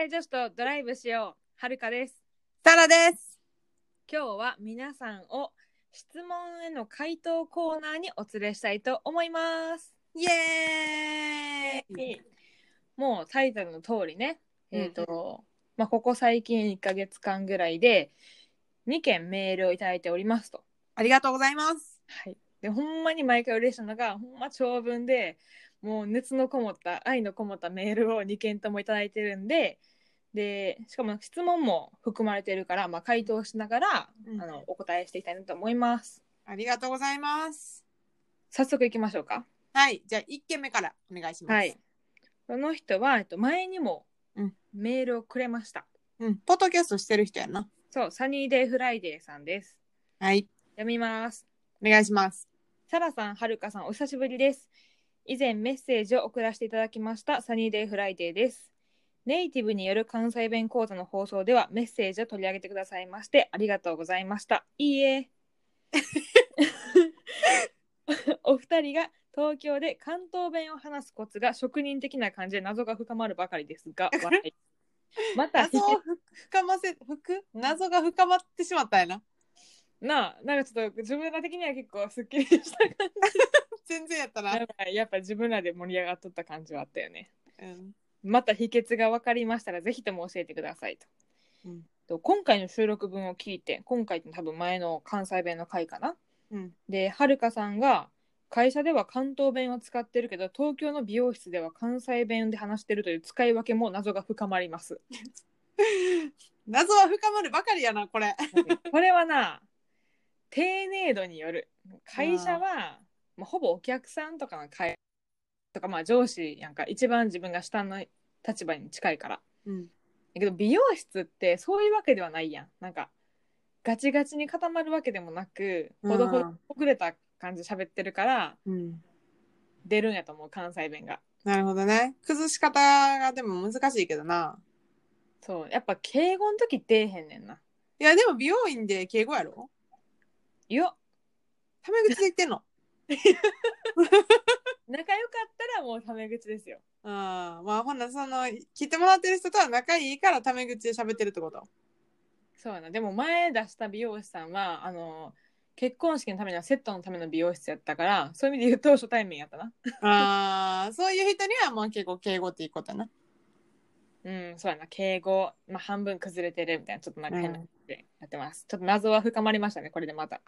歳女子とドライブしよう。はるかです。 サラです。 今日は皆さんを質問への回答コーナーにお連れしたいと思います。 イエーイ。 もうタイトルの通りね、ここ最近1ヶ月間ぐらいで2件メールをいただいておりますと。 ありがとうございます。 はい。で、ほんまに毎回嬉しいのが、ほんま長文で、もう熱のこもった、愛のこもったメールを2件ともいただいてるんで、しかも質問も含まれてるから、回答しながら、お答えしていきたいなと思います。 ありがとうございます。 早速いきましょうか。 はい。じゃあ1件目からお願いします。 はい。この人は、前にもメールをくれました。 ポッドキャストしてる人やな。 そう、サニーデイフライデーさんです。 はい。 読みます。 お願いします。 サラさん、はるかさん、お久しぶりです。以前メッセージを送らせていただきましたサニーデイフライデーです。ネイティブによる関西弁講座の放送ではメッセージを取り上げてくださいましてありがとうございました。いいえ。お二人が東京で関東弁を話すコツが職人的な感じで謎が深まるばかりですが、また謎が深まってしまったやな。 なんかちょっと自分ら的には結構すっきりした感じ。 全然やったな。 やっぱ自分らで盛り上がっとった感じはあったよね。 うんまた秘訣が分かりましたらぜひとも教えてくださいと。今回の収録分を聞いて、今回多分前の関西弁の回かな。で、はるかさんが会社では関東弁を使ってるけど東京の美容室では関西弁で話してるという使い分けも謎が深まります。 謎は深まるばかりやなこれ。 これはな、丁寧度による。会社はほぼお客さんとかの会とか上司やんか、一番自分が下の立場に近いから。だけど美容室ってそういうわけではないやん。なんかガチガチに固まるわけでもなく、ほどほど遅れた感じで喋ってるから、出るんやと思う、関西弁が。 なるほどね。崩し方がでも難しいけどな。 そう、やっぱ敬語の時出えへんねんな。 いやでも美容院で敬語やろ。 いや、 タメ口で言ってんの。 仲良かったらもうタメ口ですよ。 まあほんなら聞いてもらってる人とは仲いいからタメ口で喋ってるってこと。 そうやな。でも前出した美容師さんは結婚式のためのセットのための美容室やったから、そういう意味で言うと初対面やったな。 そういう人にはもう結構敬語っていいことやな。 そうやな。敬語、半分崩れてるみたいな、ちょっとなんか変なでやってます。ちょっと謎は深まりましたね、これでまた。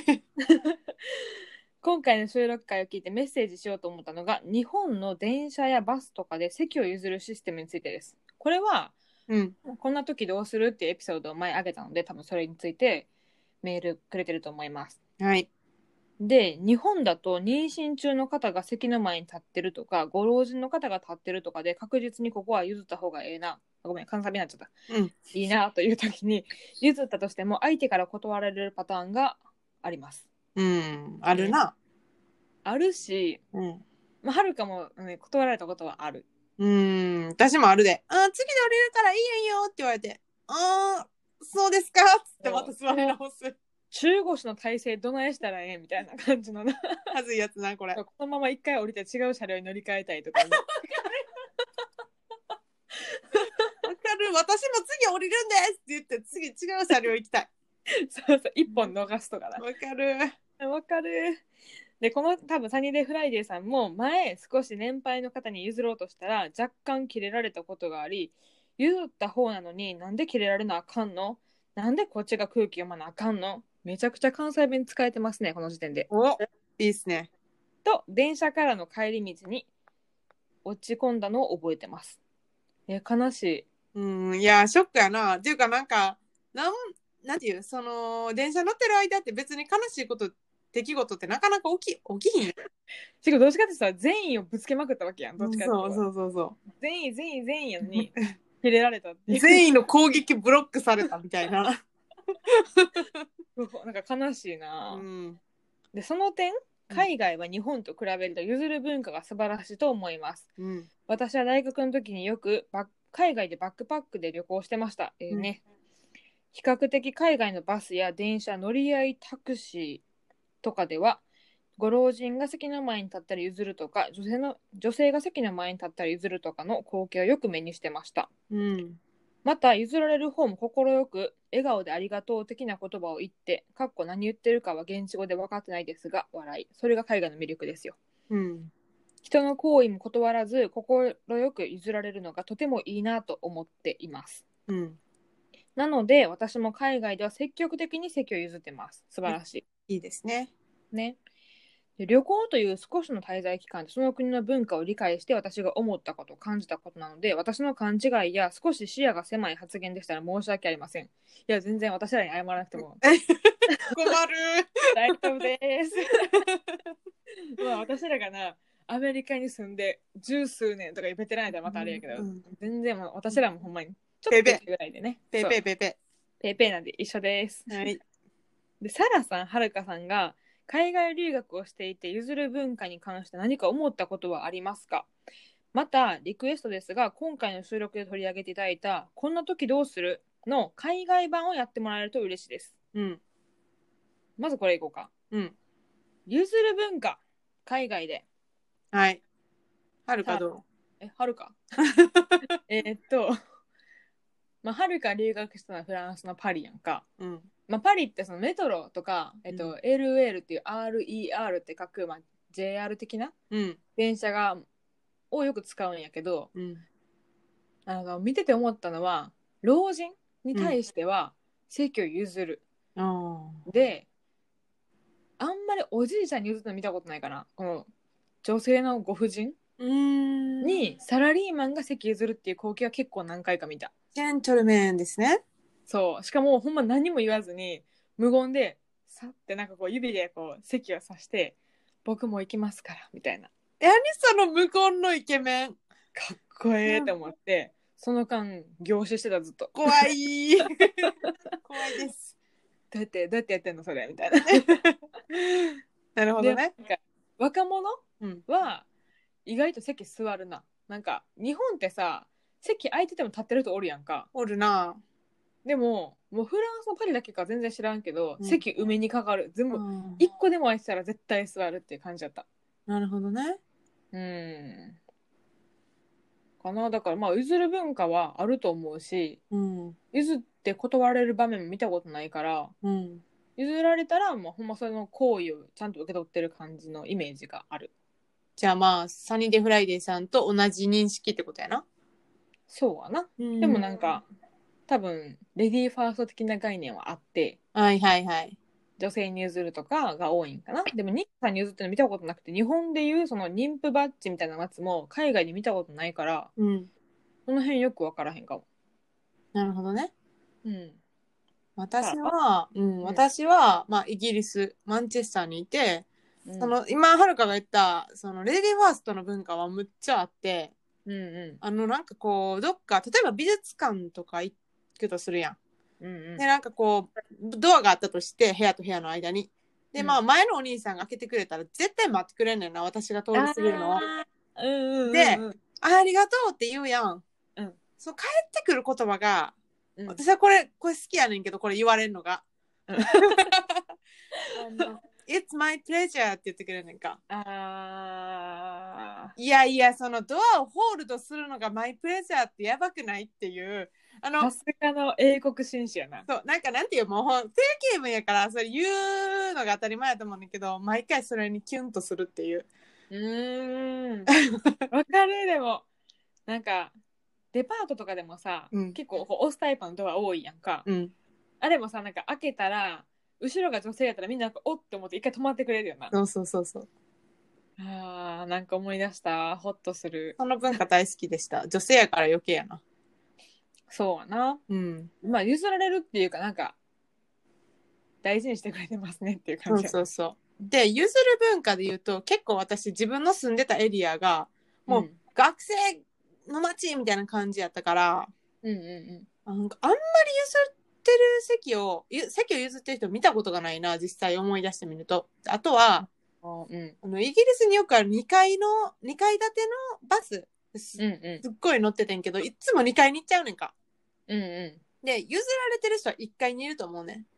今回の収録会を聞いてメッセージしようと思ったのが、日本の電車やバスとかで席を譲るシステムについてです。これは、こんな時どうするっていうエピソードを前挙げたので、多分それについてメールくれてると思います。 はい。 で、日本だと妊娠中の方が席の前に立ってるとか、ご老人の方が立ってるとかで、確実にここは譲った方がええな。ごめん、関西弁になっちゃった。いいなという時に、譲ったとしても相手から断られるパターンがあります。 あるな。 あるし、はるかも、断られたことはある。 私もあるで。次で降りるからいいよって言われて、そうですかっつってまた座り直す。 中腰の体勢どないしたらええみたいな感じのな。 はずいやつな、これ。 このまま一回降りて違う車両に乗り換えたいとか、ね。 わかる。私も次降りるんですって言って次違う車両行きたい。 そうそう、一本逃すとかな。 わかる。 わかる。で、この多分サニーデイフライデーさんも前少し年配の方に譲ろうとしたら若干キレられたことがあり、譲った方なのになんでキレられなあかんの、なんでこっちが空気読まなあかんの、めちゃくちゃ関西弁使えてますね、この時点で。 いいっすね。 と、電車からの帰り道に落ち込んだのを覚えてます。悲しい。いや、ショックやな。っていうかなんていう、電車乗ってる間って別に悲しいこと、出来事ってなかなか起きひん。 しかもどっちかってさ、善意をぶつけまくったわけやん。どっちかってそう。 善意やのに、キレられたっていう。 善意の攻撃ブロックされたみたいな。 なんか悲しいな。で、その点、海外は日本と比べると譲る文化が素晴らしいと思います。私は大学の時によく海外でバックパックで旅行してました。比較的海外のバスや電車、乗り合いタクシーとかでは、ご老人が席の前に立ったり譲るとか、女性が席の前に立ったり譲るとかの光景をよく目にしてました。 また譲られる方も快く笑顔でありがとう的な言葉を言って、かっこ何言ってるかは現地語で分かってないですが笑い、それが海外の魅力ですよ。 うん。 人の好意も断らず快く譲られるのがとてもいいなと思っています。 うん。 なので私も海外では積極的に席を譲ってます。素晴らしいいですね。 いね。で旅行という少しの滞在期間でその国の文化を理解して私が思ったこと感じたことなので、私の勘違いや少し視野が狭い発言でしたら申し訳ありません。いや全然私らに謝らなくても困る。 大丈夫ですまあ私らがなアメリカに住んで十数年とかいうベテランやったらまたあれやけど、全然もう私らもほんまにちょっとぐらいでね、 ペペペペペペなんで一緒です。 はい。 でサラさん、はるかさんが海外留学をしていて譲る文化に関して何か思ったことはありますか？またリクエストですが、今回の収録で取り上げていただいたこんな時どうするの海外版をやってもらえると嬉しいです。 うん。 まずこれいこうか。 うん。 譲る文化海外で。 はい。はるかどはるかまあ、はるか留学したのはフランスのパリやんか。 う？うん。 まあ、パリってそのメトロとか、LL っていう RER って書く、まあ、JR 的なうん。 電車をよく使うんやけど、 うん。 見てて思ったのは、老人に対しては席を譲る。 ああ。 で、あんまりおじいちゃんに譲ったの見たことないかな。この女性のご婦人にサラリーマンが席譲るっていう光景は結構何回か見た。 ジェントルメンですね。 そう。しかもほんま何も言わずに無言でさってなんかこう指でこう席をさして僕も行きますからみたいな。 何その向こうのイケメン。 かっこええと思ってその間凝視してたずっと。 怖い怖いです。 どうやってやってんのそれみたいな。 なるほどね。 なんか若者うん。 は意外と席座るな。なんか日本ってさ席空いてても立ってる人おるやんか。 おるな。 でもフランスのパリだけか全然知らんけど、 うん席埋めにかかる。全部一個でも空いてたら絶対座るっていう感じだった。 なるほどね。 かな。だからまあ譲る文化はあると思うし、 うん。 譲って断られる場面も見たことないから、 うん。 譲られたらもうほんまその行為をちゃんと受け取ってる感じのイメージがある。 じゃあまあ、サニーデフライデーさんと同じ認識ってことやな。 そうはな。でもなんか多分レディーファースト的な概念はあって、 はいはいはい。 女性に譲るとかが多いんかな。でも妊婦さんに譲ってるの見たことなくて、日本でいうその妊婦バッジみたいなやつも海外で見たことないから、 うん。 その辺よく分からへんかも。 なるほどね。 うん。 私は、まあ、イギリス、マンチェスターにいて、今、はるかが言った、レディーファーストの文化はむっちゃあって、なんかこう、どっか、例えば美術館とか行くとするやん。で、なんかこう、ドアがあったとして、部屋と部屋の間に。で、まあ、前のお兄さんが開けてくれたら、絶対待ってくれんねんな、私が通り過ぎるのを。で、ありがとうって言うやん。そう、帰ってくる言葉が、私はこれ好きやねんけど、これ言われんのが。It's my pleasure って言ってくれんねんか。いやいや、そのドアをホールドするのがマイプレジャーってやばくないっていう。 さすがの英国紳士やな。 そう、なんかなんていう、もう定型文やから、それ言うのが当たり前やと思うんだけど、毎回それにキュンとするっていう。 わかる。でも、なんか、デパートとかでもさ、結構押すタイプのドア多いやんか。あれもさ、なんか開けたら、後ろが女性やったらみんなおって思って一回止まってくれるよな。 そう。 なんか思い出した。ホッとする。 その文化大好きでした。女性やから余計やな。 そうやな。まあ譲られるっていうかなんか大事にしてくれてますねっていう感じ。 そう。で、譲る文化で言うと、結構私自分の住んでたエリアがもう学生の街みたいな感じやったから、なんかあんまり譲ってる席を譲ってる人見たことがないな、実際思い出してみると。あとは、イギリスによくある2階建てのバス、すっごい乗っててんけど、いつも2階に行っちゃうねんか。で、譲られてる人は1階にいると思うねん。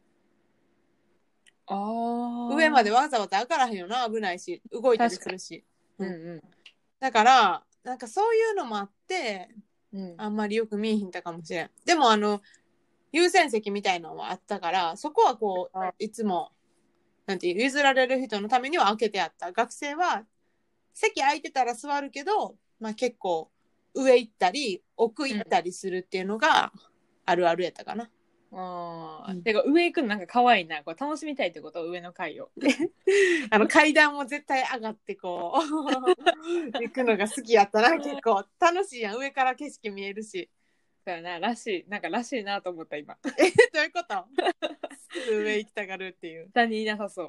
上までわざわざ上がらへんよな、危ないし、動いたりするし。だから、なんかそういうのもあって、 あんまりよく見えひんたかもしれん。でも優先席みたいなのはあったから、そこはこういつもなんていう譲られる人のためには開けてあった。学生は席空いてたら座るけど、まあ、結構上行ったり奥行ったりするっていうのがあるあるやったかな。 てか上行くのなんか可愛いな。こう楽しみたいってこと、上の階を。 階段も絶対上がってこう行くのが好きやったな。結構楽しいやん。上から景色見えるし。 そうやな、らしい。なんからしいなと思った今。 どういうことすぐ上行きたがるっていう。 下にいなさそう。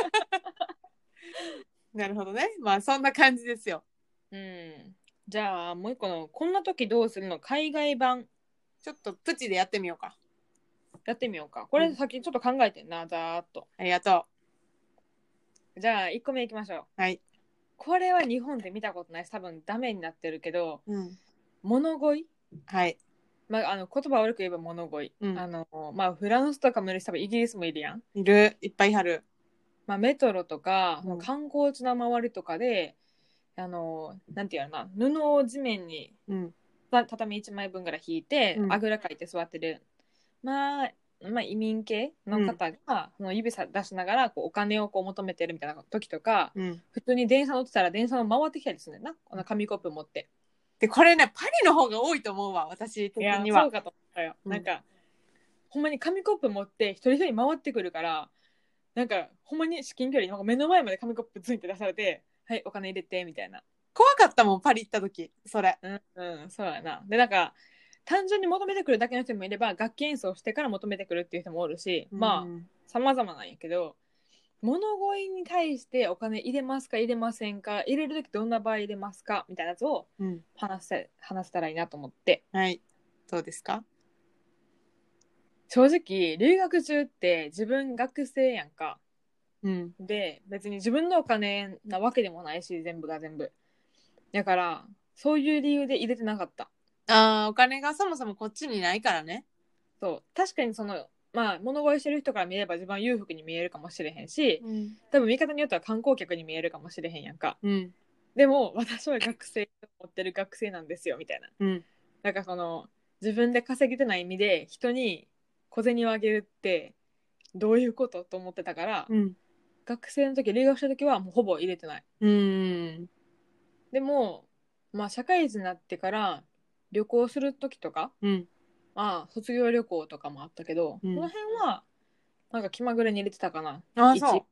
なるほどね。まあそんな感じですよ。 じゃあもう一個のこんな時どうするの海外版。 ちょっとプチでやってみようか。 やってみようか。これ先ちょっと考えてんな、ざーっと。 ありがとう。じゃあ1個目いきましょう。 はい。 これは日本で見たことないし多分ダメになってるけど、物乞い。 はい。 まあ、言葉悪く言えば物乞い。まあフランスとかもいるし多分イギリスもいるやん。 いる。いっぱいある。 まあ、メトロとか、観光地の周りとかでなんていうのな、布を地面に、畳1枚分ぐらい引いて、あぐらかいて座ってる、まあ移民系の方が、指さ出しながらこうお金をこう求めてるみたいな時とか、普通に電車乗ってたら電車も回ってきたりするんだよな、この紙コップ持って。 でこれねパリの方が多いと思うわ、私的には。 いやそうかと思ったよ、なんかほんまに紙コップ持って一人一人回ってくるから、なんかほんまに至近距離なんか目の前まで紙コップついて出されて、はいお金入れてみたいな。 怖かったもん、パリ行った時それ。 そうやな。でなんか単純に求めてくるだけの人もいれば、楽器演奏してから求めてくるっていう人もおるし、まあ様々なんやけど、物乞いに対してお金入れますか入れませんか、入れるときどんな場合入れますかみたいなやつを話せたらいいなと思って。 はい、どうですか？ 正直留学中って自分学生やんか。で別に自分のお金なわけでもないし、全部が全部だからそういう理由で入れてなかった。 お金がそもそもこっちにないからね。 そう確かにまあ物乞いしてる人から見れば自分は裕福に見えるかもしれへんし、多分見方によっては観光客に見えるかもしれへんやんか。でも私は学生と思ってる学生なんですよみたいな。なんか自分で稼げてない意味で人に小銭をあげるってどういうことと思ってたから、学生の時留学した時はもうほぼ入れてない。でもまあ社会人になってから旅行する時とか、まあ卒業旅行とかもあったけど、この辺はなんか気まぐれに入れてたかな。 そう。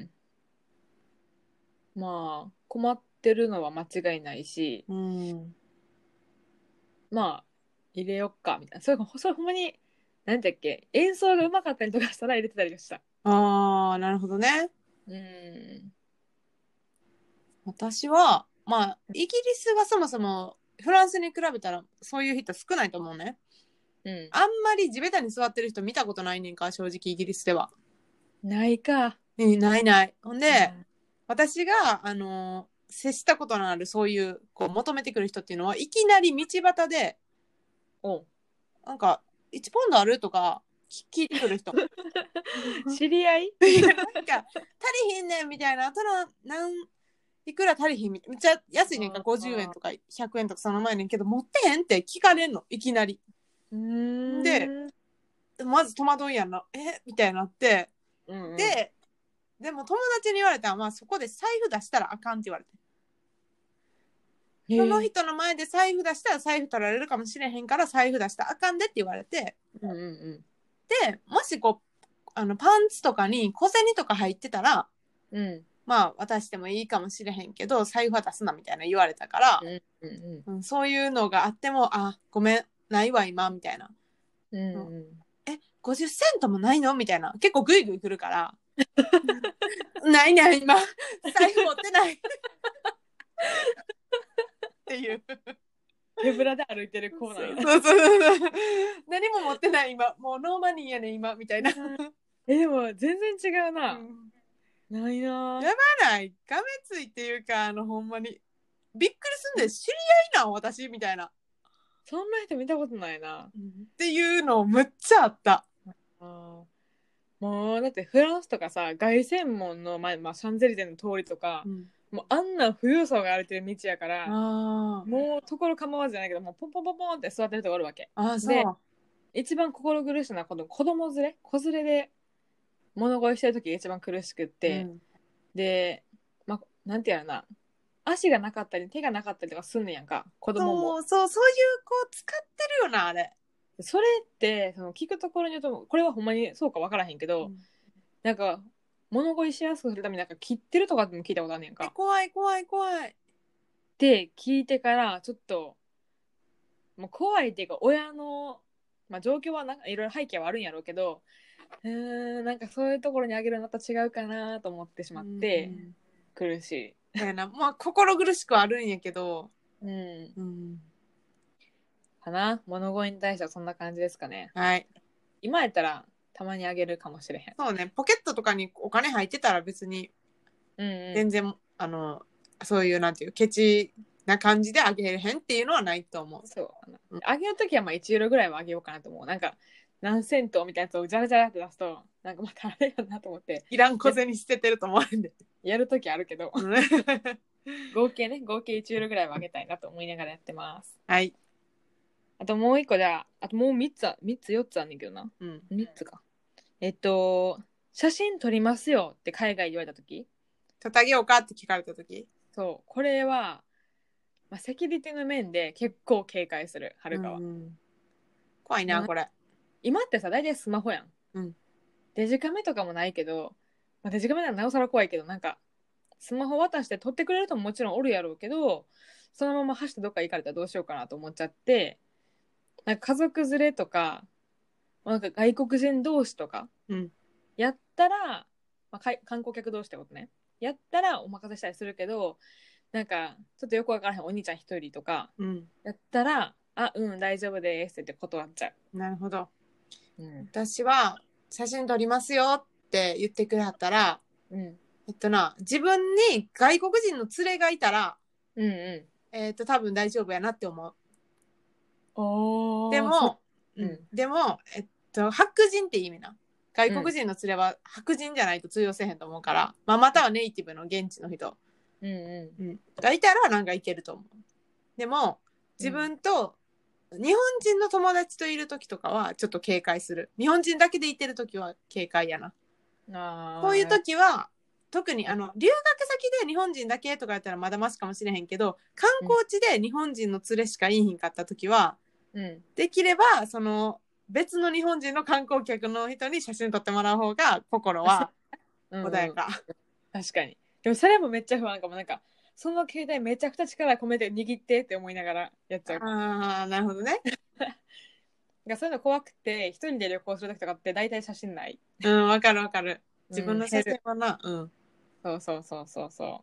まあ困ってるのは間違いないし、まあ入れよっかみたいな。それほんまに何だっけ、演奏が上手かったりとかしたら入れてたりした。 なるほどね。私はまあイギリスはそもそもフランスに比べたらそういう人少ないと思うね。あんまり地べたに座ってる人見たことないねんか、正直イギリスでは。 ないか。 ない。ほんで、私が接したことのあるそういうこう求めてくる人っていうのは、いきなり道端でなんか1ポンドあるとか聞いてくる人。 知り合いなんか足りひんねんみたいな。いくら足りひんみたいな。めっちゃ安いねんか、50円とか100円とかその前ねんけど、持ってへんって聞かれんの、いきなり。でまず戸惑いやんな、みたいになって、でも友達に言われたら、まあそこで財布出したらあかんって言われて、その人の前で財布出したら財布取られるかもしれへんから財布出したらあかんでって言われて、でもしこうパンツとかに小銭とか入ってたら、まあ渡してもいいかもしれへんけど財布は出すなみたいな言われたから、そういうのがあっても、ごめんないわ今みたいな、50セントもないのみたいな、結構グイグイ来るからない今財布持ってないっていう手ぶらで歩いてるコーナー。 そう何も持ってない今、もうノーマニーやね今みたいな。 でも全然違うな、ないな。 やばない、がめついっていうか、ほんまにびっくりすんで、知り合いなん私みたいな。 そんな人見たことないな、 っていうのむっちゃあった。 もうだってフランスとかさ、凱旋門の前、まあ、シャンゼリゼの通りとか、 うん、 もうあんな富裕層が歩いてる道やから、 あもうところ構わずじゃないけど、もうポンポンポンポンって座ってる人がおるわけ。 あ、 で、 そう。 一番心苦しいのはこの子供連れ、子連れで物乞いしてる時が一番苦しくって、 うん、 で、まあ、なんていうのな、足がなかったり手がなかったりとかすんねやんか、子供も。 そうそう、そういう子使ってるよな、あれ。 それってその聞くところによると、これはほんまにそうか分からへんけど、 うん、 なんか物乞いしやすくするためになんか切ってるとかっても聞いたことあんねんか。 怖い怖い怖い。 って聞いてからちょっともう怖いっていうか、親の、まあ、状況はなんかいろいろ背景はあるんやろうけど、なんかそういうところにあげるのと違うかなと思ってしまっうん、 て苦しい。 だよな、まあ心苦しくはあるんやけど、 うん。 うん、 かな、物乞いに対してはそんな感じですかね。 はい。 今やったらたまにあげるかもしれへん。 そうね、ポケットとかにお金入ってたら別にうんうん。 全然、そういうなんていうケチな感じであげへんっていうのはないと思う。 そう。 うん、 あげるときはまあ1ユーロぐらいはあげようかなと思う。なんか何セントみたいなやつをジャラジャラって出すと、なんかまたあれやなと思って、 いらん小銭捨ててると思われんで。 やるときあるけど、 うん合計ね、合計1ユーロぐらいはあげたいなと思いながらやってます。 はい。 あともう一個じゃあ、あともう3つ、3つ4つあんねんけどな。 うん。 3つか。写真撮りますよって海外で言われたとき、 とってあげようかって聞かれたとき。 そう、これは、まあ、セキュリティの面で結構警戒する、はうるかは。 ん。怖いな、 まあ、 これ。 今ってさ、大体スマホやん。 うん。 デジカメとかもないけど、まあ、デジカメならなおさら怖いけど、なんか、スマホ渡して撮ってくれる人ももちろんおるやろうけど、そのまま走ってどっか行かれたらどうしようかなと思っちゃって、なんか家族連れとか、なんか外国人同士とか、 うん。 やったら、まあ、観光客同士ってことね。やったらお任せしたりするけど、なんか、ちょっとよくわからへんお兄ちゃん一人とか、 うん。 やったら、あ、うん、大丈夫ですって言って断っちゃなるほど。 う。うん。 私は、写真撮りますよって言ってくれはったら、 うん。 自分に外国人の連れがいたら、 うんう多分大丈夫やなって思う。 ん。おー、そう。 でも、 うん。 でも、白人って意味な。外うん。 国人の連れは白人じゃないと通用せへんと思うから、まあ、またはネイティブの現地の人、 うんうがいたらなんかいけると思う。でも、自分と日本人の友達といる時とかはちょっと警戒する。日本人だけでいてる時は警戒やな。 ん。あこういうー、 時は、特に留学先で日本人だけとかやったらまだマシかもしれへんけど、観光地で日本人の連れしかいいひんかった時は、 うん。 できればその別の日本人の観光客の人に写真撮ってもらう方が心はうんうん。 穏やか。 確かに。でもそれもめっちゃ不安かも。なんか、その携帯めちゃくちゃ力込めて握ってって思いながらやっちゃうかも。 ああ、なるほどね。 なんかそういうの怖くて、一人で旅行するときとかって大体写真ない。 うん、わかるわかる。自うん、 分の写減る。 真はな、うん。 そうそうそうそうそう。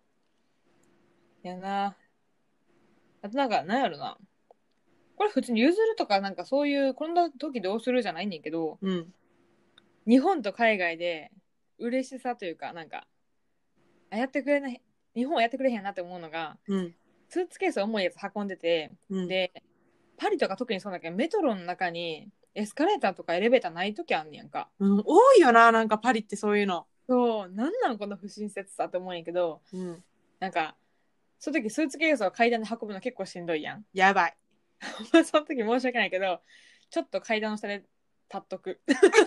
やな。あとなんか、なんやろな。これ普通に譲るとか、なんかそういう、こんな時どうするじゃないねんけど、 うん。 日本と海外で嬉しさというか、なんか、やってくれない、日本はやってくれへんなって思うのが、 うん。 スーツケース重いやつ運んでて、 うん。 で、パリとか特にそうだけど、メトロの中にエスカレーターとかエレベーターない時あんねやんか。 うん、多いよな、なんかパリってそういうの。 そう、なんなんこの不親切さって思うんやけど、 うん。 なんか、その時スーツケースを階段で運ぶの結構しんどいやん。 やばい。 その時申し訳ないけど、ちょっと階段の下で立っとく。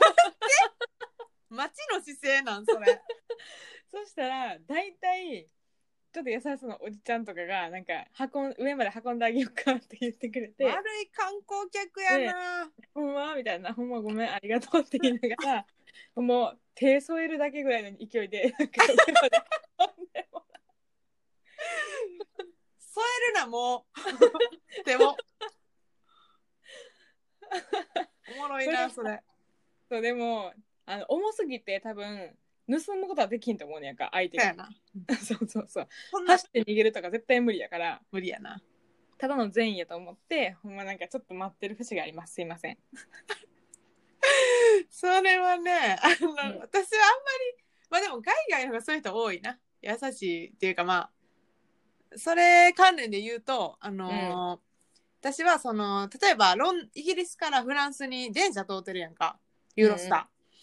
街の姿勢なん、それ。 そしたら、大体、ちょっと優しそうなおじちゃんとかが、なんか、上まで運んであげようかって言ってくれて、 悪い観光客やで、 な。 ほんまみたいな、ほんまごめん、ありがとうって言いながら、もう手添えるだけぐらいの勢いで、なんか上まで運んでも添えるな、もう。でも、おもろいな、それ。 そう、でも、重すぎて多分、盗むことはできんと思うねやんか、相手が。 そうやな。 そうそうそう。 そんな走って逃げるとか絶対無理やから、 無理やな。 ただの善意やと思って、ほんまなんかちょっと待ってる節があります。すいません。 それはね、私はあんまり、 うんまあでも海外の方がそういう人多いな。優しいっていうかまあ、それ関連で言うと、私はその、例えばイギリスからフランスに電車通ってるやんか。ユーロスタ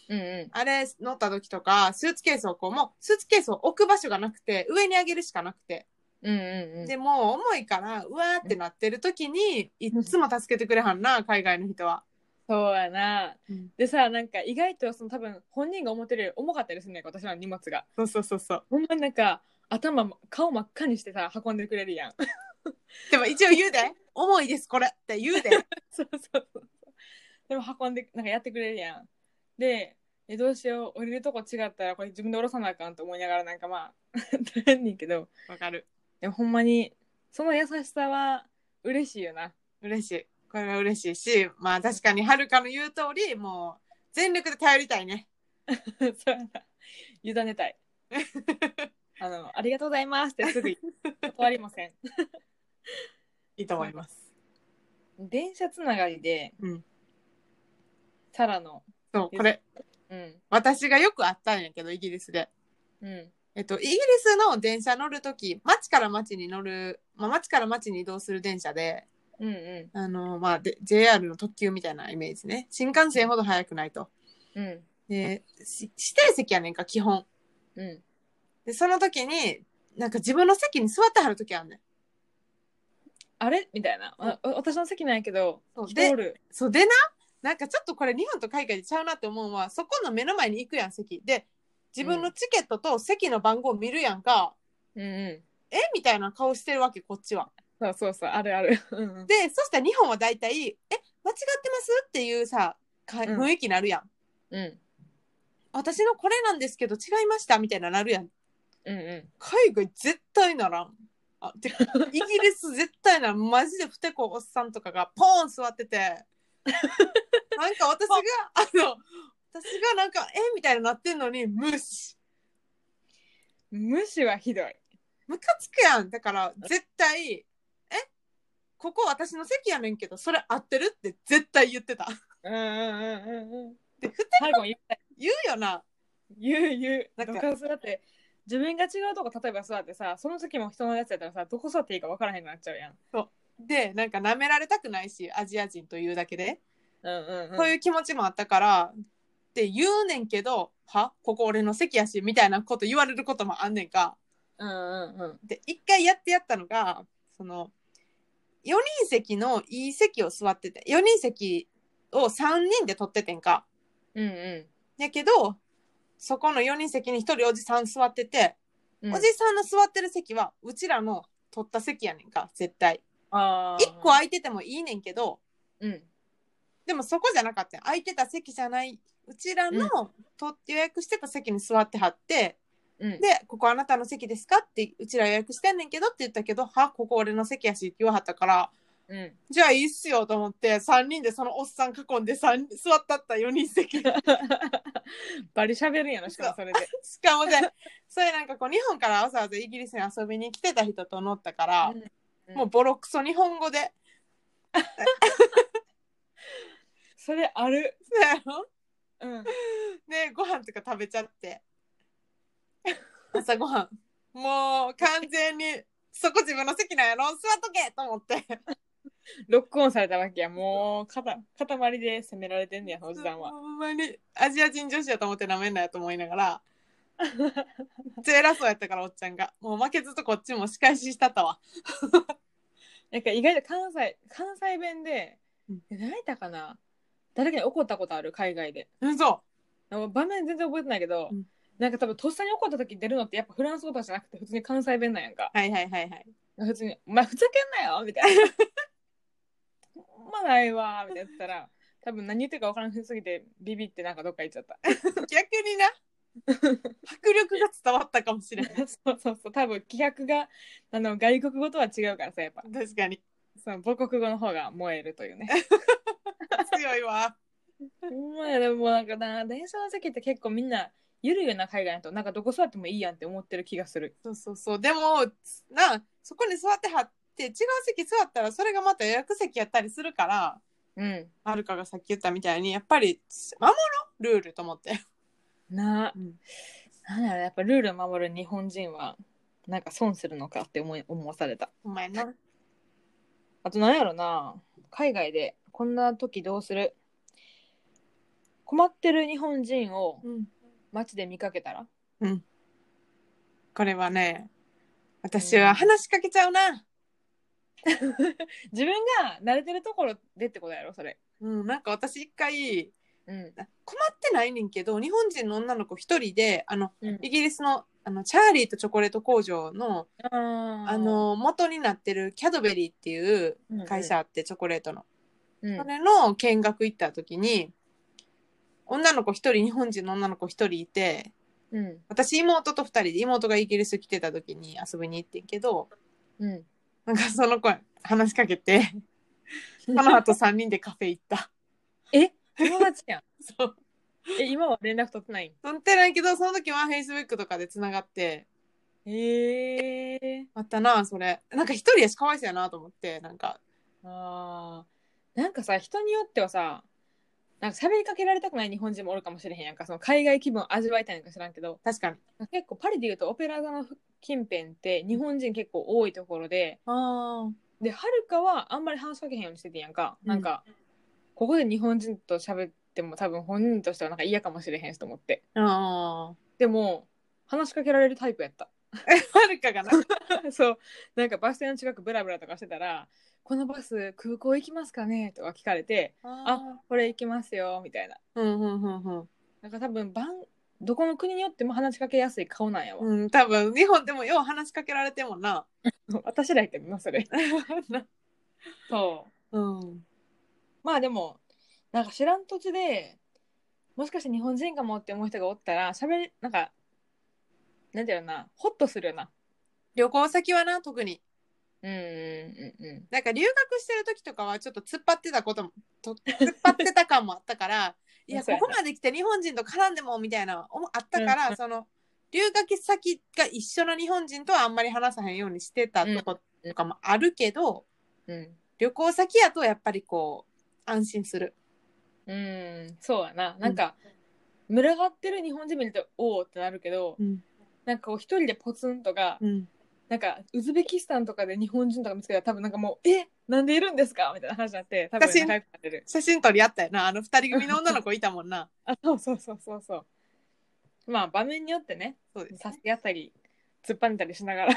うんうん。 あれ乗った時とか、スーツケースをもうスーツケースを置く場所がなくて、上に上げるしかなくて。 うんうんうん。 でも重いから、うわーってなってる時に、いっつも助けてくれはんな、海外の人は。 そうやな。 うん、 でさ、なんか意外とその多分本人が思ってるより重かったりするねん、私の荷物が。 そうそうそうそう。 ほんまになんか顔真っ赤にしてさ、運んでくれるやん。 でも一応言うで。重いです、これって言うで。 そうそうそう。でも運んで、なんかやってくれるやん。で、どうしよう、降りるとこ違ったらこれ自分で降ろさなあかんと思いながらなんかまあ、大変ねんけど、 わかる。 でもほんまに、その優しさは嬉しいよな。 嬉しい。これは嬉しいし、まあ確かにはるかの言う通り、もう全力で頼りたいね。 そうやな。委ねたい。ありがとうございますってすぐ断りません。 いいと思います。 電車つながりで、 うん。 サラの、 そう、これ、 うん、 私がよくあったんやけど、イギリスで。 うん、 イギリスの電車乗るとき、町から町に乗る、まあ、町から町に移動する電車で、 うん、うまあ、JR の特急みたいなイメージね。新幹線ほど速くないと。 ん、うん、 で、指定席やねんか、基本。 うん。 で、その時に、なんか自分の席に座ってはる時あんねん。 あれみたいな。私の席なんやけど、 そう人おる。 そうでな、なんかちょっとこれ日本と海外でちゃうなって思うのは、そこの目の前に行くやん、席。で、自分のチケットと席の番号を見るやんか。 うんうん。 みたいな顔してるわけ、こっちは。 そうそうそう、あるある。うんうん。 で、そしたら日本は大体、間違ってますっていうさ、雰囲気になるやん。 うん。 私のこれなんですけど違いましたみたいななるやん。 うんうん。 海外絶対ならん。イギリス絶対ならん。マジでふてこおっさんとかがポーン座ってて、なんか私がなんか、みたいになってんのに、無視。 無視はひどい。 ムカつくやん。だから、絶対、ここ私の席やねんけど、それ合ってるって絶対言ってた。 うんうんうんうん。 で、ふて最後も言言うよな。 う。 なんかどかすだって、自分が違うとこ例えば座ってさ、その時も人のやつやったらさ、どこ座っていいか分からへんくなっちゃうやん。 そう。で、なんか舐められたくないし、アジア人というだけで。 うんうんうん。 そういう気持ちもあったから、って言うねんけど、ここ俺の席やし、みたいなこと言われることもあんねんか。 うんうんうん。 で、一回やったのが、その、4人席のいい席を座ってて、4人席を3人で取っててんか。 うんうやけど、そこの4人席に1人おじさん座ってて、 ん。 おじさんの座ってる席は、うちらの取った席やねんか、絶対。 あ 1個空いててもいいねんけど、 うん。 でもそこじゃなかった空いてた席じゃない、うちらの予約してた席に座ってはって、 うん、 で、ここあなたの席ですかって、うちら予約してんねんけどって言ったけど、ここ俺の席やしって言わはったから、 うん、 じゃあいいっすよと思って、3人でそのおっさん囲んで座ったった4人席。 バリ喋るんやろ、しかもそれで。 しかもね、それなんかこう日本からわざわざイギリスに遊びに来てた人と乗ったから、もうボロクソ日本語で。 それある。 そうやろ。 うん。 で、ご飯とか食べちゃって。朝ごはん。もう完全に、そこ自分の席なんやろ、座っとけと思って。 ロックオンされたわけや。もう塊で責められてんねや、おじさんは。 ほんまにアジア人女子やと思ってなめんなやと思いながら。めっちゃ偉そうやったから、おっちゃんが。もう負けずとこっちも仕返ししたったわ。 なんか意外と関西弁で、何やったかな、誰かに怒ったことある、海外で。 嘘。 場面全然覚えてないけど、なんか多分とっさに怒った時出るのってやっぱフランス語とかじゃなくて普通に関西弁なんやんか。 はいはいはいはい。 普通に「お前ふざけんなよ」みたいな「ほんまないわ」みたいな言ったら、多分何言ってるか分からんすぎてビビってなんかどっか行っちゃった。 逆にな。迫力が伝わったかもしれない。 そうそうそう、多分気迫が外国語とは違うからさ、やっぱ確かに。 その母国語の方が燃えるというね。 強いわ。 まあでもなんかな、電車の席って結構みんなゆるいよな、海外だと。なんかどこ座ってもいいやんって思ってる気がする。 そうそうそう。でも、そこに座ってはって、違う席座ったら、それがまた予約席やったりするから、 うん。 はるかがさっき言ったみたいに、やっぱり、守ろうルールと思って。 なあ、なんだろう、やっぱルールを守る日本人は、なんか損するのかって思わされた。 お前な。 あとなんやろな、海外でこんな時どうする？ 困ってる日本人をうん街で見かけたら、 うん、これはね、私は話しかけちゃうな。 自分が慣れてるところでってことやろそれ。 なんか私一回うん。 困ってないねんけど、日本人の女の子一人でうん、 イギリスのチャーリーとチョコレート工場のあ元になってるキャドベリーっていううん会社あって、チョコレートのうんそれの見学行った時に女の子一人、日本人の女の子一人いて、 うん。 私妹と二人で、妹がイギリス来てた時に遊びに行ってんけど、 うんなんかその子話しかけてその後3人でカフェ行った。 え、友達やん。 そう。 今は連絡取ってないん？ 取ってないけど、その時は Facebook とかで繋がって、あったな、それ。なんか一人やしかわいそうやなと思って、なんか。 なんかさ、人によってはさ、なんか喋りかけられたくない日本人もおるかもしれへんやんか。その海外気分味わいたいのか知らんけど、 確かに。 結構パリでいうとオペラ座の近辺って日本人結構多いところで、で、はるかはあんまり話しかけへんようにしててんやんか。なんか、ここで日本人と喋っても多分本人としてはなんか嫌かもしれへんしと思って。でも、話しかけられるタイプやった。 はるかがな。 そう。なんかバス停の近くブラブラとかしてたら、このバス空港行きますかねとか聞かれて、これ行きますよみたいな。なんか多分どこの国によっても話しかけやすい顔なんやわ。 多分日本でもよう話しかけられてもな。 私らやけどなそれ。そう。まあでもなんか知らん土地でもしかして日本人かもって思う人がおったらなんかなんていうのな、ホッとするよな。 旅行先はな、特に。なんか留学してる時とかはちょっと突っ張ってたことも突っ張ってた感もあったからいやここまで来て日本人と絡んでもみたいなあったから、その留学先が一緒の日本人とはあんまり話さへんようにしてたとことかもあるけど、旅行先やとやっぱりこう安心する。 そうやな。なんか、群がってる日本人見るとおおってなるけど、なんかこう一人でポツンとか、なんかウズベキスタンとかで日本人とか見つけたら多分なんかもうなんでいるんですかみたいな話になって多分仲良くなれる。 写真撮り合ったよな。2人組の女の子いたもんな。 そうまあ場面によってね、そうです、助け合ったり突っ張ったりしながら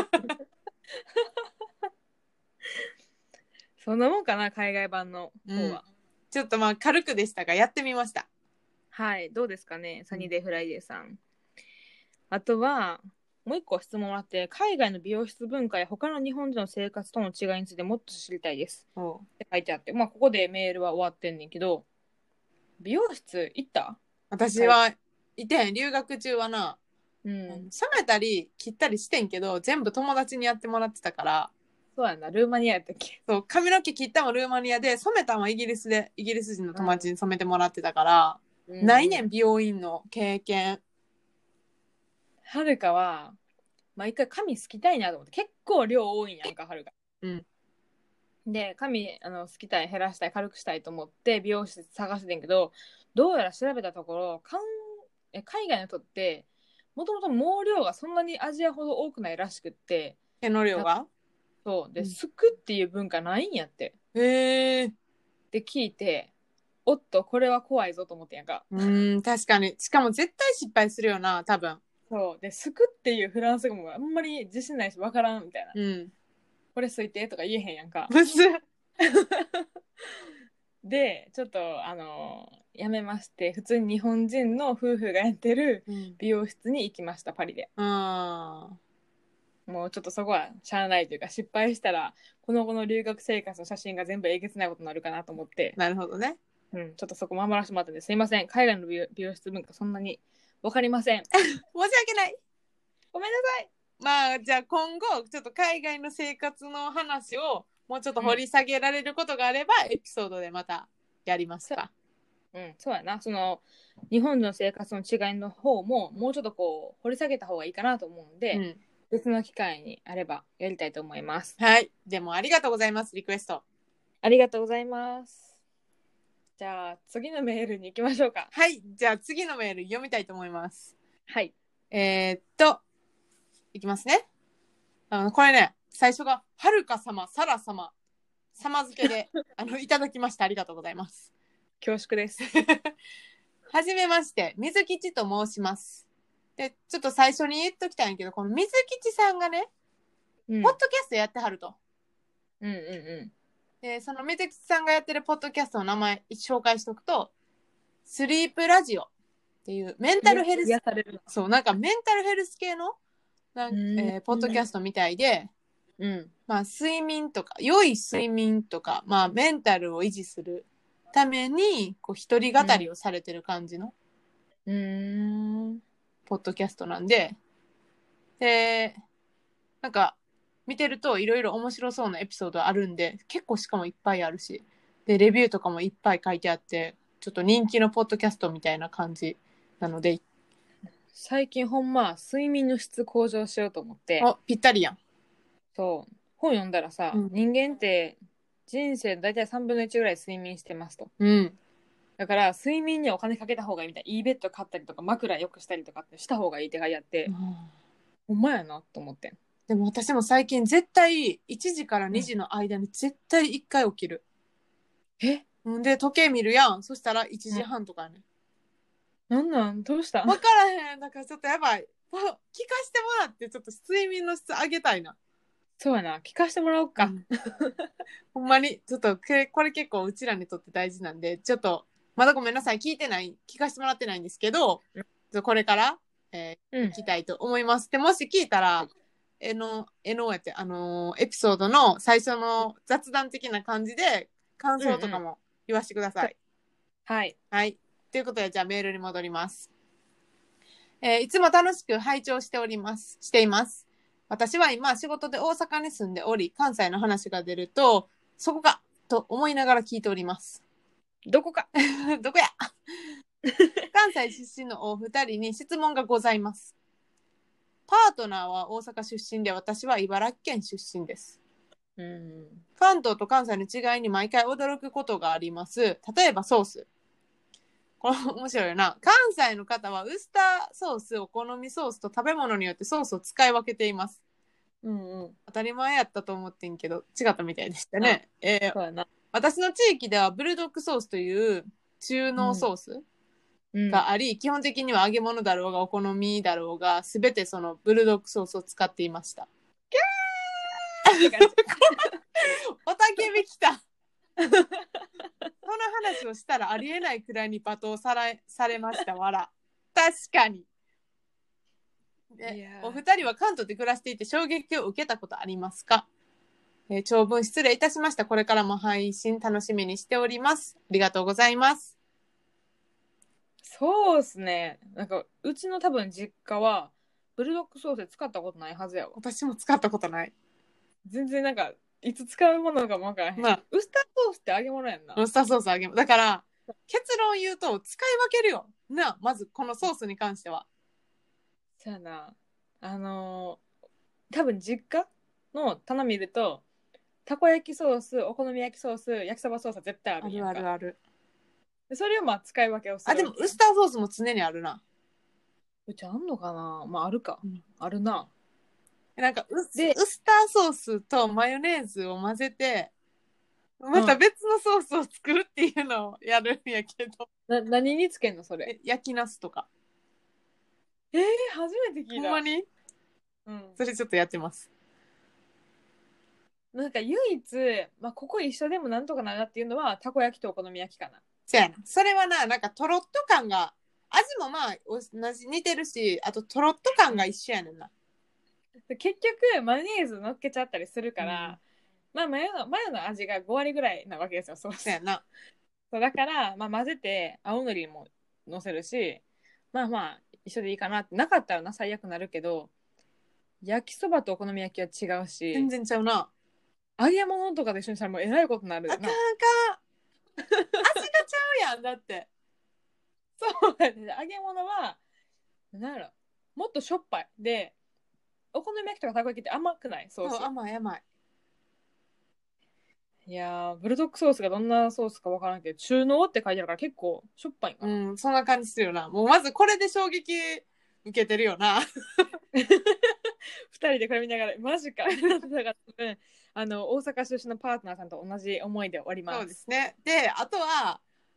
そんなもんかな、海外版の方は。 ちょっとまあ軽くでしたがやってみました。 はい、どうですかね、サニーデイフライデーさん。あとはもう一個質問があって、海外の美容室文化や他の日本人の生活との違いについてもっと知りたいですって書いてあって、まあここでメールは終わってんねんけど、美容室行った？ 私はいてへん。留学中はな、染めたり切ったりしてんけど全部友達にやってもらってたから。 そうやな、ルーマニアやったっけ。 そう、髪の毛切ったもルーマニアで、染めたんはイギリス人の友達に染めてもらってたから、ないねん美容院の経験。 はるかは一回髪すきたいなと思って、結構量多いんやんか、はるか。で、髪すきたい、減らしたい、軽くしたいと思って美容室探してんけど、どうやら調べたところ、海外の人ってもともと毛量がそんなにアジアほど多くないらしくって、 毛の量がそうですくっていう文化ないんやって。 へーって聞いて、おっとこれは怖いぞと思ってんやんか。 確かに。しかも絶対失敗するよな、多分。 そうですくっていうフランス語もあんまり自信ないしわからんみたいな、これすいてとか言えへんやんか。 むずでちょっとやめまして、普通に日本人の夫婦がやってる美容室に行きました、パリで。もうちょっとそこはしゃあないというか、失敗したらこの後の留学生活の写真が全部えげつないことになるかなと思って。 なるほどね。 ちょっとそこ守らせてもらったんですいません。海外の美容室文化そんなに分かりません。 申し訳ない。 ごめんなさい。 まあじゃあ今後ちょっと海外の生活の話をもうちょっと掘り下げられることがあれば、エピソードでまたやりますか。 そうやな。その日本の生活の違いの方ももうちょっとこう掘り下げた方がいいかなと思うんで、別の機会にあればやりたいと思います。 はい。でもありがとうございます、リクエスト。 ありがとうございます。じゃあ次のメールに行きましょうか。 はい。じゃあ次のメール読みたいと思います。 はい。 いきますね。これね、最初がはるか様、さら様、様付けでいただきました。ありがとうございます。 恐縮です。 はじめまして、水吉と申します。で、ちょっと最初に言っときたいんやけど、この水吉さんがね、ポッドキャストやってはると。で、その水吉さんがやってるポッドキャストの名前紹介しとくと、スリープラジオっていうメンタルヘルス、そう、なんかメンタルヘルス系のポッドキャストみたいで、まあ睡眠とか、良い睡眠とか、まあメンタルを維持するために、こう一人語りをされてる感じの、ポッドキャストなんで、で、なんか、見てるといろいろ面白そうなエピソードあるんで、結構しかもいっぱいあるし、で、レビューとかもいっぱい書いてあって、ちょっと人気のポッドキャストみたいな感じなので、 最近ほんま睡眠の質向上しようと思って、 ぴったりやん。 そう本読んだらさ、人間って人生の大体3分の1ぐらい睡眠してますと、だから睡眠にはお金かけた方がいいみたいな、いいベッド買ったりとか枕よくしたりとかってした方がいいって書いてあって、ほんまやなと思って。 でも私も最近絶対1時から2時の間に絶対1回起きる。で時計見るやん。そしたら1時半とかね。 なんどうしたん？ 分からへん。だからちょっとやばい。聞かしてもらってちょっと睡眠の質上げたいな。 そうやな、聞かしてもらおうか。 ほんまにちょっとこれ結構うちらにとって大事なんで、ちょっとまだごめんなさい、聞かせてもらってないんですけど、これから、聞きたいと思います。でもし聞いたらやってエピソードの最初の雑談的な感じで感想とかも言わせてください。はいということで、じゃあメールに戻ります。いつも楽しく拝聴しています。私は今仕事で大阪に住んでおり、関西の話が出るとそこかと思いながら聞いております。 どこかどこや関西出身のお二人に質問がございます。パートナーは大阪出身で、私は茨城県出身です。関東と関西の違いに毎回驚くことがあります。例えばソース。これ面白いよな。関西の方はウスターソース、お好みソースと食べ物によってソースを使い分けています。当たり前やったと思ってんけど違ったみたいでしたね。そうやな。私の地域ではブルドックソースという中濃ソースがあり、基本的には揚げ物だろうがお好みだろうが全てそのブルドックソースを使っていました。おたけびきた。その話をしたらありえないくらいに罵倒されました。確かに。お二人は関東で暮らしていて衝撃を受けたことありますか？長文失礼いたしました。これからも配信楽しみにしております。ありがとうございます。 そうですね。なんかうちの多分実家はブルドックソース使ったことないはずやわ。 私も使ったことない。 全然なんかいつ使うものかもわからへん。ウスターソースって揚げ物やんな。 ウスターソース揚げ物だから結論言うと使い分けるよな。まずこのソースに関してはそうやな。多分実家の棚見るとたこ焼きソース、お好み焼きソース、焼きそばソースは絶対あるやんか。 ある。 でそれをまあ使い分けをする。 でもウスターソースも常にあるな。 うちあんのかな。まああるか、あるな。 なんかウスターソースとマヨネーズを混ぜてまた別のソースを作るっていうのをやるんやけど、 何につけんのそれ？ 焼きナスとか。 初めて聞いた。 ほんまに？それちょっとやってます。 なんか唯一、まあ、ここ一緒でもなんとかなっていうのはたこ焼きとお好み焼きかな。 そうやな。それはなんかとろっと感が、味もまあ同じ似てるし、あととろっと感が一緒やねんな。 結局マヨネーズ乗っけちゃったりするから、まあマヨの味が5割ぐらいなわけですよ。そうやな。 そうだから、まあ、混ぜて青のりも乗せるし、まあ一緒でいいかなって。なかったらな最悪なるけど、焼きそばとお好み焼きは違うし、 全然ちゃうな。 揚げ物とかと一緒にしたらもうえらいことになるな。 あかん味がちゃうやんだって。 そうだね。揚げ物はなんやろ、もっとしょっぱいで、お好み焼きとかたこ焼きって甘くない？ソース。 甘い。 いやブルドックソースがどんなソースかわからんけど、中濃って書いてあるから結構しょっぱいんかな。 そんな感じするよな。もうまずこれで衝撃受けてるよな。 2人でこれ見ながらマジか大阪出身のパートナーさんと同じ思いで終わります。 そうですね。であとは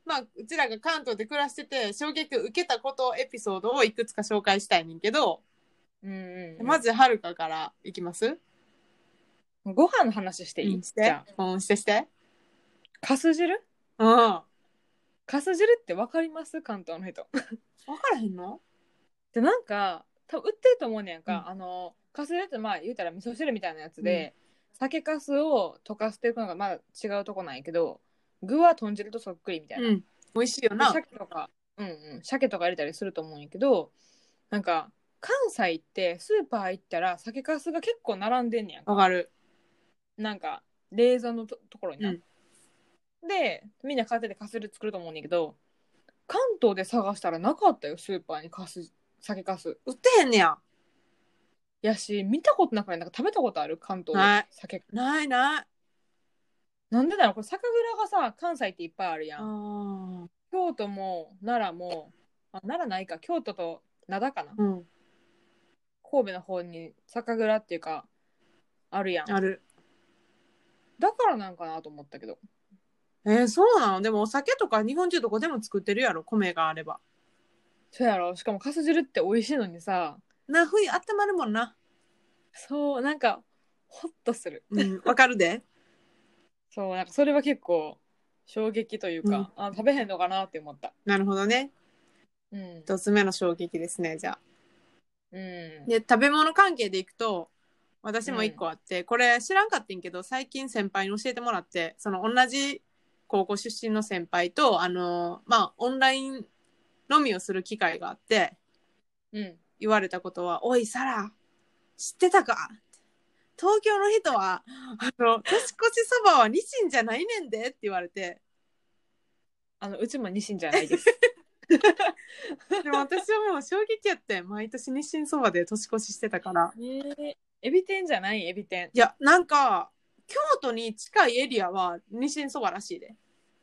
まあうちらが関東で暮らしてて衝撃を受けたことエピソードをいくつか紹介したいねんけど、まずはるかからいきます。 ご飯の話していい？ して。して。 かす汁？ うん。 かす汁ってわかります？関東の人。 わからへんの？ で、なんか、多分売ってると思うねんか。かす汁ってまあ言うたら味噌汁みたいなやつで、酒かすを溶かしていくのがまあ違うとこなんやけど、具は豚汁とそっくりみたいな。 美味しいよな。 鮭とか、鮭とか入れたりすると思うんやけど、なんか、関西ってスーパー行ったら酒かすが結構並んでんねやんか。 わかる。 なんか、冷蔵のところにな。で、みんな買っててかす汁作ると思うんだけど、関東で探したらなかったよ、スーパーに酒かす。 売ってへんねや。 やし、見たことなくない？なんか食べたことある？関東で酒。 ないない。 なんでだろう？これ酒蔵がさ、関西っていっぱいあるやん。京都も奈良も、奈良ないか、京都と灘かな、神戸の方に酒蔵っていうか、あるやん。 ある。 だからなんかなと思ったけど。 そうなの？でもお酒とか日本中どこでも作ってるやろ、米があれば。 そうやろ。しかもかす汁って美味しいのにさ。 冬温まるもんな。 そう、なんか、ホッとする。 わかるで。 そう、なんかそれは結構衝撃というか、食べへんのかなって思った。 なるほどね。一つ目の衝撃ですね、じゃあ。で、食べ物関係でいくと、私も一個あって、これ知らんかったんけど、最近先輩に教えてもらって、その同じ高校出身の先輩と、オンライン飲みをする機会があって、言われたことは、おい、サラ、知ってたか？東京の人は、年越しそばはニシンじゃないねんでって言われて。 うちもニシンじゃないです。 でも私はもう衝撃やって、毎年ニシンそばで年越ししてたから。 エビ天じゃない？エビ天。 いや、なんか、京都に近いエリアはニシンそばらしいで。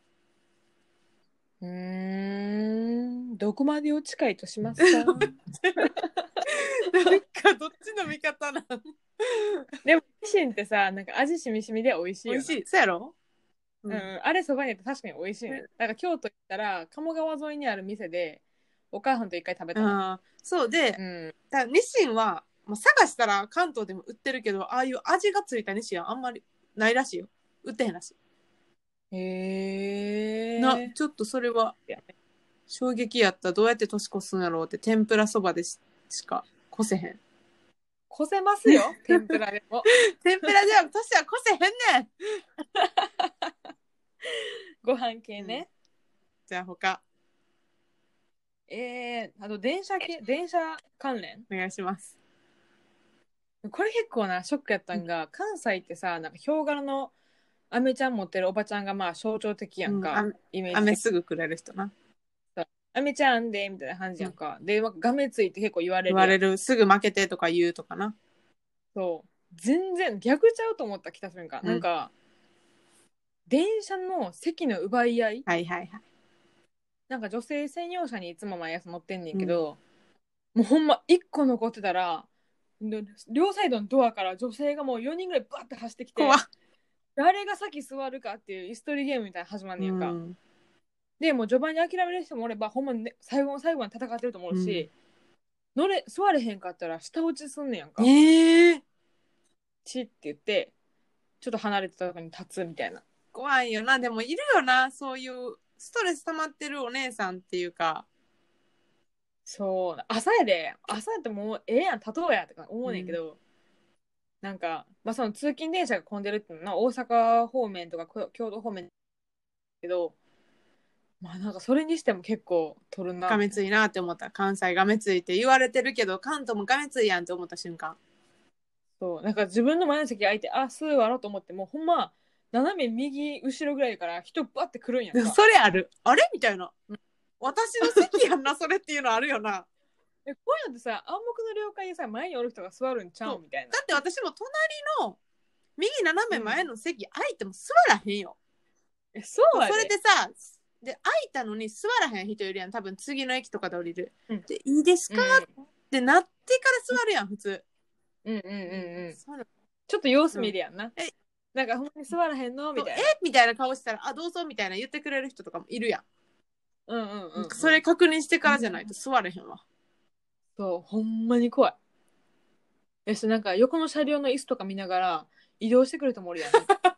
どこまでを近いとしますか？なんかどっちの味方なん？ でもニシンってさ、なんか味しみしみで美味しいよな。 美味しい。そうやろ？ あれそばにやって確かに美味しいね。なんか京都行ったら鴨川沿いにある店でお母さんと一回食べたの。 そうで、ニシンはもう探したら関東でも売ってるけど、ああいう味がついたニシンはあんまりないらしいよ。売ってへんらしい。ちょっとそれは衝撃やった。どうやって年越すんやろうって。天ぷらそばでしか越せへん。 越せますよ、天ぷらでも。 天ぷらでは年は越せへんねん。 ご飯系ね。 じゃあ他。 あと電車関連お願いします。 これ結構なショックやったんが、関西ってさ、なんかヒョウ柄のアメちゃん持ってるおばちゃんがまあ象徴的やんか、イメージ。 アメすぐくれる人な。 アメちゃんでみたいな感じやんか。で、がめついて結構言われる。 言われる。すぐ負けてとか言うとかな。 そう。全然逆ちゃうと思った気がするんか。なんか、電車の席の奪い合い。なんか女性専用車にいつも毎朝乗ってんねんけど、もうほんま1個残ってたら、両サイドのドアから女性がもう4人ぐらいバッて走ってきて、誰が先座るかっていう椅子取りゲームみたいな始まんねんか。でもう序盤に諦める人もおれば、ほんまに、ね、最後の最後に戦ってると思うし、座れへんかったら下落ちすんねやんか。チって言ってちょっと離れてたとこに立つみたいな。 怖いよな。でもいるよな、そういうストレス溜まってるお姉さんっていうか。 そう朝やってもうええやん、立とうやとか思うねんけど、なんか、その通勤電車が混んでるっていうのは大阪方面とか京都方面だけど、なんかそれにしても結構取るな。 がめついなって思った。関西がめついって言われてるけど、関東もがめついやんって思った瞬間。 そう、なんか自分の前の席空いて、すぐ割ろうと思っても、ほんま斜め右後ろぐらいから人バッて来るんやんか。 それある。あれみたいな。私の席やんな、それっていうのあるよな。 こういうのってさ、暗黙の了解でさ、前におる人が座るんちゃうみたいな。 だって私も隣の右斜め前の席空いても座らへんよ。 そうやで。 それでさ、で空いたのに座らへん人いるやん。多分次の駅とかで降りる。で、いいですか、ってなってから座るやん、普通。 ちょっと様子見るやんな。なんかほんまに座らへんのみたいな。 みたいな顔したら、どうぞみたいな言ってくれる人とかもいるやん。 うんうんうん、うん、 それ確認してからじゃないと座れへんわ。 そうほんまに怖い。なんか横の車両の椅子とか見ながら移動してくると思うやんなんか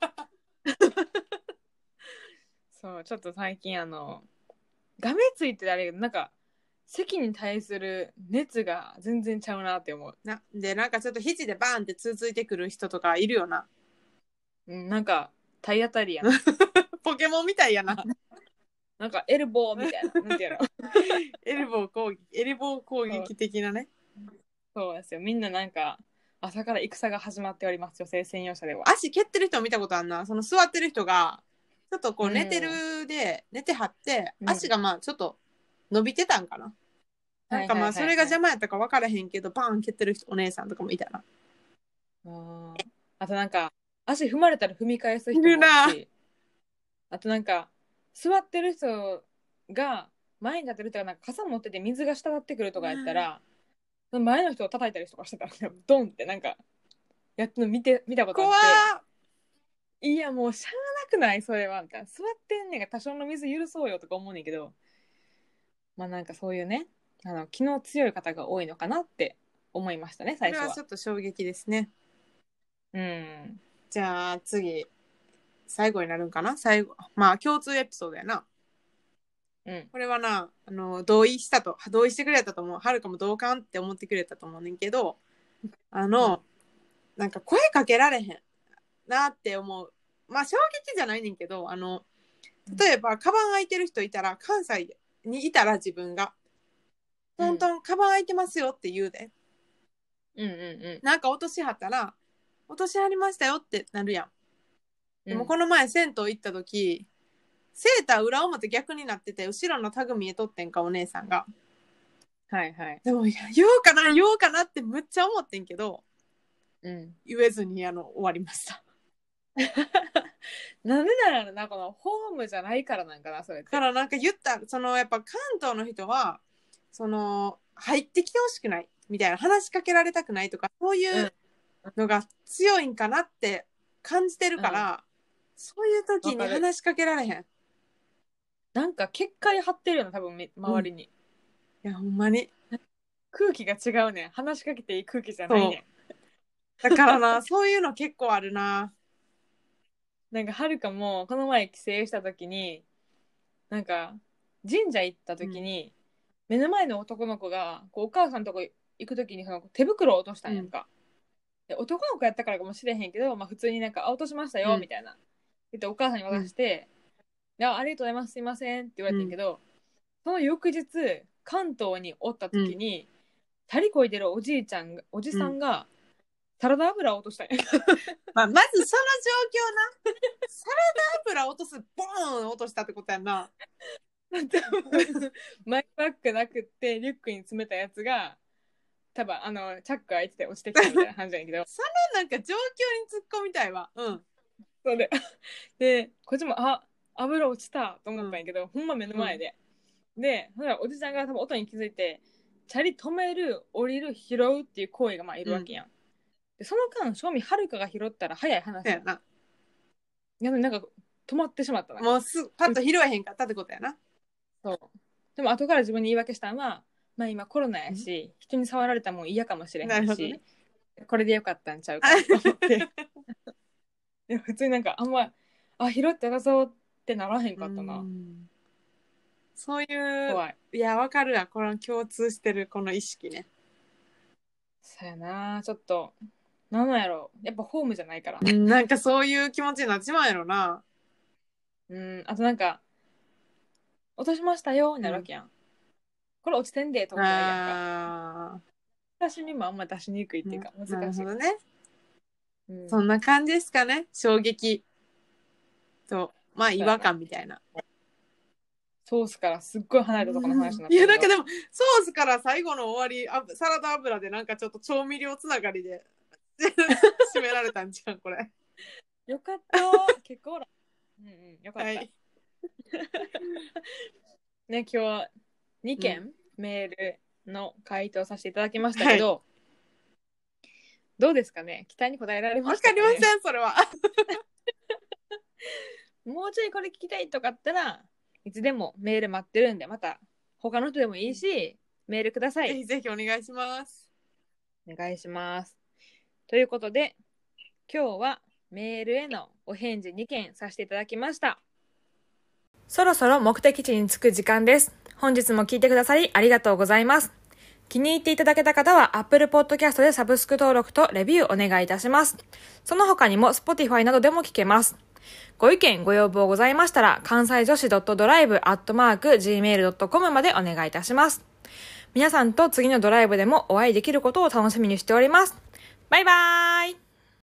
そうちょっと最近がめついってあれなんか席に対する熱が全然ちゃうなって思う。 でなんかちょっと肘でバーンってついてくる人とかいるよな。 うん、なんか体当たりやなポケモンみたいやな。 なんかエルボーみたいななんていうのエルボー攻撃的なね。 そうですよ。みんななんか朝から戦が始まっております。女性専用車では。 足蹴ってる人見たことあんな。その座ってる人がちょっとこう寝てるで、寝てはって足がまあちょっと伸びてたんかな。なんかまあそれが邪魔やったか分からへんけど、バーン蹴ってるお姉さんとかもいたな。 あとなんか足踏まれたら踏み返す人もいるし、あとなんか座ってる人が前に立ってる人がなんか傘持ってて水が滴ってくるとかやったら、前の人を叩いたりとかしてたらドンってなんかやってるの見たことあって、いやもうしゃあなくないそれはみたいな、座ってんねんが多少の水許そうよとか思うねんけど、まあなんかそういうね気の強い方が多いのかなって思いましたね最初は。 これはちょっと衝撃ですね。 うん。 じゃあ次最後になるんかな。最後まあ共通エピソードやな。 うん、 これはな同意してくれたと思う。はるかも同感って思ってくれたと思うねんけど、なんか声かけられへんなって思う。まあ衝撃じゃないねんけど、例えばカバン開いてる人いたら、関西にいたら自分がトントンカバン開いてますよって言うで、なんか落としはったら落としはりましたよってなるやん。でもこの前銭湯行った時、セーター裏表逆になってて後ろのタグ見えとってんか、お姉さんが。 はいはい。 でも言おうかなってむっちゃ思ってんけど、言えずに終わりました。 なんでなのな、このホームじゃないからなんかな、それって。 だからなんか言ったやっぱ関東の人は入ってきてほしくないみたいな、話しかけられたくないとか、そういうのが強いんかなって感じてるから、そういう時に話しかけられへん。 なんか結界張ってるよな多分周りに、 いやほんまに空気が違うねん。話しかけていい空気じゃないねん。 だからなそういうの結構あるな。 なんかはるかもこの前帰省した時になんか神社行った時に、目の前の男の子がこうお母さんのとこ行く時にその手袋を落としたんやんか、で男の子やったからかもしれへんけど、まあ、普通になんか落としましたよみたいな、言ってお母さんに渡して、ありがとうございますすいませんって言われてんけど、その翌日関東におった時に、チャリこいでるおじさんが、サラダ油を落としたんやまずその状況な、サラダ油落とすボーン落としたってことやんな。 マイバッグなくってリュックに詰めたやつが多分チャック開いてて落ちてきたみたいな感じやけどそのなんか状況に突っ込みたいわ。 そうでこっちも油落ちたと思ったんやけど、ほんま目の前で、でほらおじさんが多分音に気づいてチャリ止める降りる拾うっていう行為がまあいるわけやん、でその間正味はるかが拾ったら早い話やな。いやなんか止まってしまったな。 もうパッと拾えへんかったってことやな。 そうでも後から自分に言い訳したのは、まあ今コロナやし、人に触られたもん嫌かもしれへんし、ね、これでよかったんちゃうかと思ってでも普通になんかあんま拾って出そうってならへんかったな。 そういう怖い。 いやわかるわ、この共通してるこの意識ね。 そうやな、ちょっとなんやろやっぱホームじゃないから、 なんかそういう気持ちになっちまうやろな。 あとなんか落としましたよになるわけやん、これ落ちてんでとかないやんか。私にもあんま出しにくいっていうか難しい。なるほどね、 そんな感じですかね。衝撃とまあ違和感みたいな。 ソースからすっごい離れたところの話になってる。 いやなんかでもソースから最後の終わりサラダ油でなんかちょっと調味料つながりで締められたんじゃんこれ。 よかった結構よかった、ね今日は2件、メールの回答させていただきましたけど、どうですかね、期待に応えられましたかね。 わかりませんそれは。 もうちょいこれ聞きたいとかあったらいつでもメール待ってるんで、また他の人でもいいし、メールください。 ぜひぜひお願いします。 お願いします。ということで、今日はメールへのお返事2件させていただきました。そろそろ目的地に着く時間です。本日も聞いてくださりありがとうございます。気に入っていただけた方は Apple Podcast でサブスク登録とレビューお願いいたします。その他にも Spotify などでも聞けます。ご意見ご要望ございましたら関西女子 .drive@gmail.com までお願いいたします。皆さんと次のドライブでもお会いできることを楽しみにしております。バイバーイ。